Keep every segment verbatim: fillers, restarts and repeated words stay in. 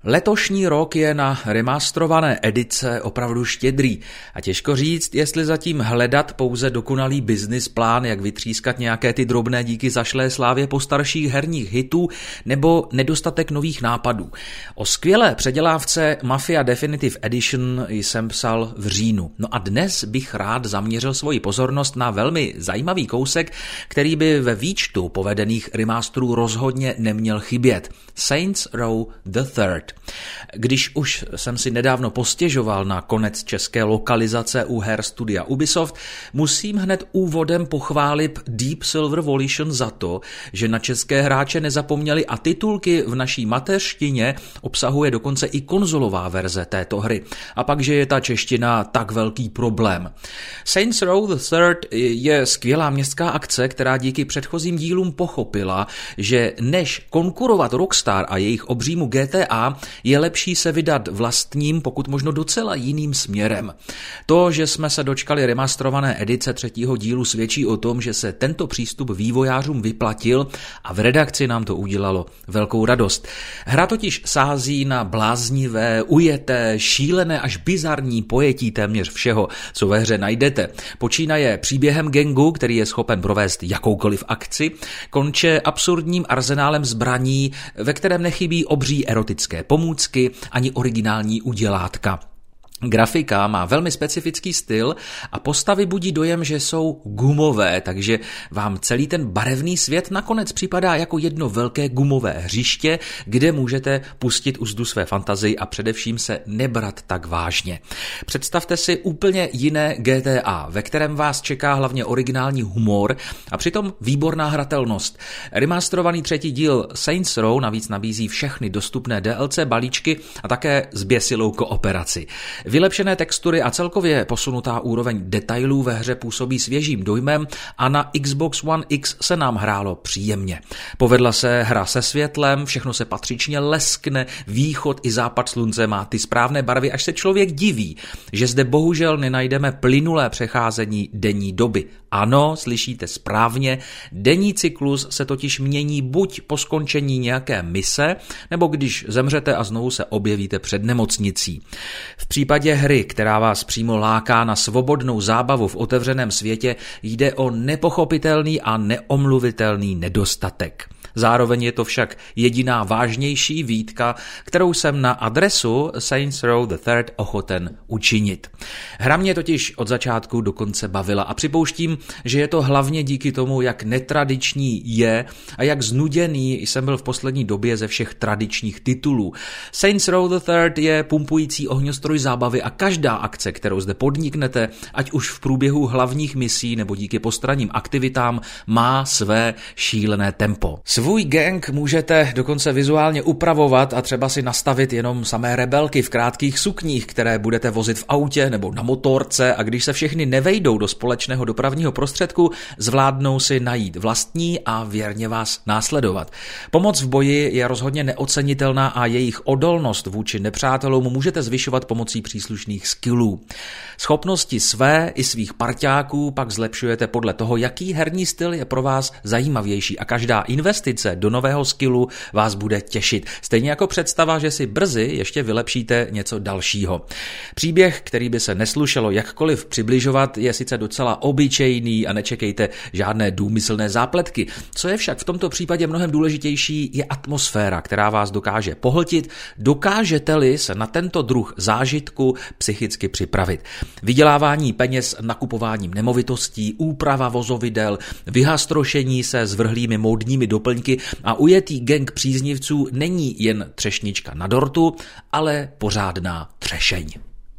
Letošní rok je na remasterované edice opravdu štědrý a těžko říct, jestli zatím hledat pouze dokonalý business plán, jak vytřískat nějaké ty drobné díky zašlé slávě postarších herních hitů, nebo nedostatek nových nápadů. O skvělé předělávce Mafia Definitive Edition jsem psal v říjnu. No a dnes bych rád zaměřil svoji pozornost na velmi zajímavý kousek, který by ve výčtu povedených remasterů rozhodně neměl chybět. Saints Row the Third. Když už jsem si nedávno postěžoval na konec české lokalizace u her studia Ubisoft, musím hned úvodem pochválit Deep Silver Volition za to, že na české hráče nezapomněli a titulky v naší mateřštině obsahuje dokonce i konzolová verze této hry. A pak, že je ta čeština tak velký problém. Saints Row the Third je skvělá městská akce, která díky předchozím dílům pochopila, že než konkurovat Rockstar a jejich obřímu G T A, je lepší se vydat vlastním, pokud možno docela jiným směrem. To, že jsme se dočkali remasterované edice třetího dílu, svědčí o tom, že se tento přístup vývojářům vyplatil a v redakci nám to udělalo velkou radost. Hra totiž sází na bláznivé, ujeté, šílené až bizarní pojetí téměř všeho, co ve hře najdete. Počínaje příběhem gangu, který je schopen provést jakoukoliv akci, konče absurdním arzenálem zbraní, ve kterém nechybí obří erotické pomůcky ani originální udělátka. Grafika má velmi specifický styl a postavy budí dojem, že jsou gumové, takže vám celý ten barevný svět nakonec připadá jako jedno velké gumové hřiště, kde můžete pustit úzdu své fantazii a především se nebrat tak vážně. Představte si úplně jiné G T A, ve kterém vás čeká hlavně originální humor a přitom výborná hratelnost. Remasterovaný třetí díl Saints Row navíc nabízí všechny dostupné D L C balíčky a také zběsilou kooperaci. Vylepšené textury a celkově posunutá úroveň detailů ve hře působí svěžím dojmem a na Xbox One X se nám hrálo příjemně. Povedla se hra se světlem, všechno se patřičně leskne, východ i západ slunce má ty správné barvy, až se člověk diví, že zde bohužel nenajdeme plynulé přecházení denní doby. Ano, slyšíte správně, denní cyklus se totiž mění buď po skončení nějaké mise, nebo když zemřete a znovu se objevíte před nemocnicí. V případě hry, která vás přímo láká na svobodnou zábavu v otevřeném světě, jde o nepochopitelný a neomluvitelný nedostatek. Zároveň je to však jediná vážnější výtka, kterou jsem na adresu Saints Row the Third ochoten učinit. Hra mě totiž od začátku do konce bavila a připouštím, že je to hlavně díky tomu, jak netradiční je a jak znuděný jsem byl v poslední době ze všech tradičních titulů. Saints Row the Third je pumpující ohňostroj zábavy a každá akce, kterou zde podniknete, ať už v průběhu hlavních misí nebo díky postranním aktivitám, má své šílené tempo. Svůj gang můžete dokonce vizuálně upravovat a třeba si nastavit jenom samé rebelky v krátkých sukních, které budete vozit v autě nebo na motorce, a když se všechny nevejdou do společného dopravního prostředku, zvládnou si najít vlastní a věrně vás následovat. Pomoc v boji je rozhodně neocenitelná a jejich odolnost vůči nepřátelům můžete zvyšovat pomocí příslušných skillů. Schopnosti své i svých parťáků pak zlepšujete podle toho, jaký herní styl je pro vás zajímavější, a každá investice do nového skillu vás bude těšit. Stejně jako představa, že si brzy ještě vylepšíte něco dalšího. Příběh, který by se neslušelo jakkoliv přibližovat, je sice docela obyčejný a nečekejte žádné důmyslné zápletky. Co je však v tomto případě mnohem důležitější, je atmosféra, která vás dokáže pohltit, dokážete-li se na tento druh zážitku psychicky připravit. Vydělávání peněz nakupováním nemovitostí, úprava vozovidel, vyhastrošení se zvrhlými módními doplňky a ujetý gang příznivců není jen třešnička na dortu, ale pořádná třešeň.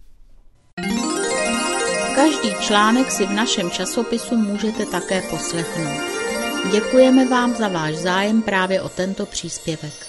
Každý článek si v našem časopisu můžete také poslechnout. Děkujeme vám za váš zájem právě o tento příspěvek.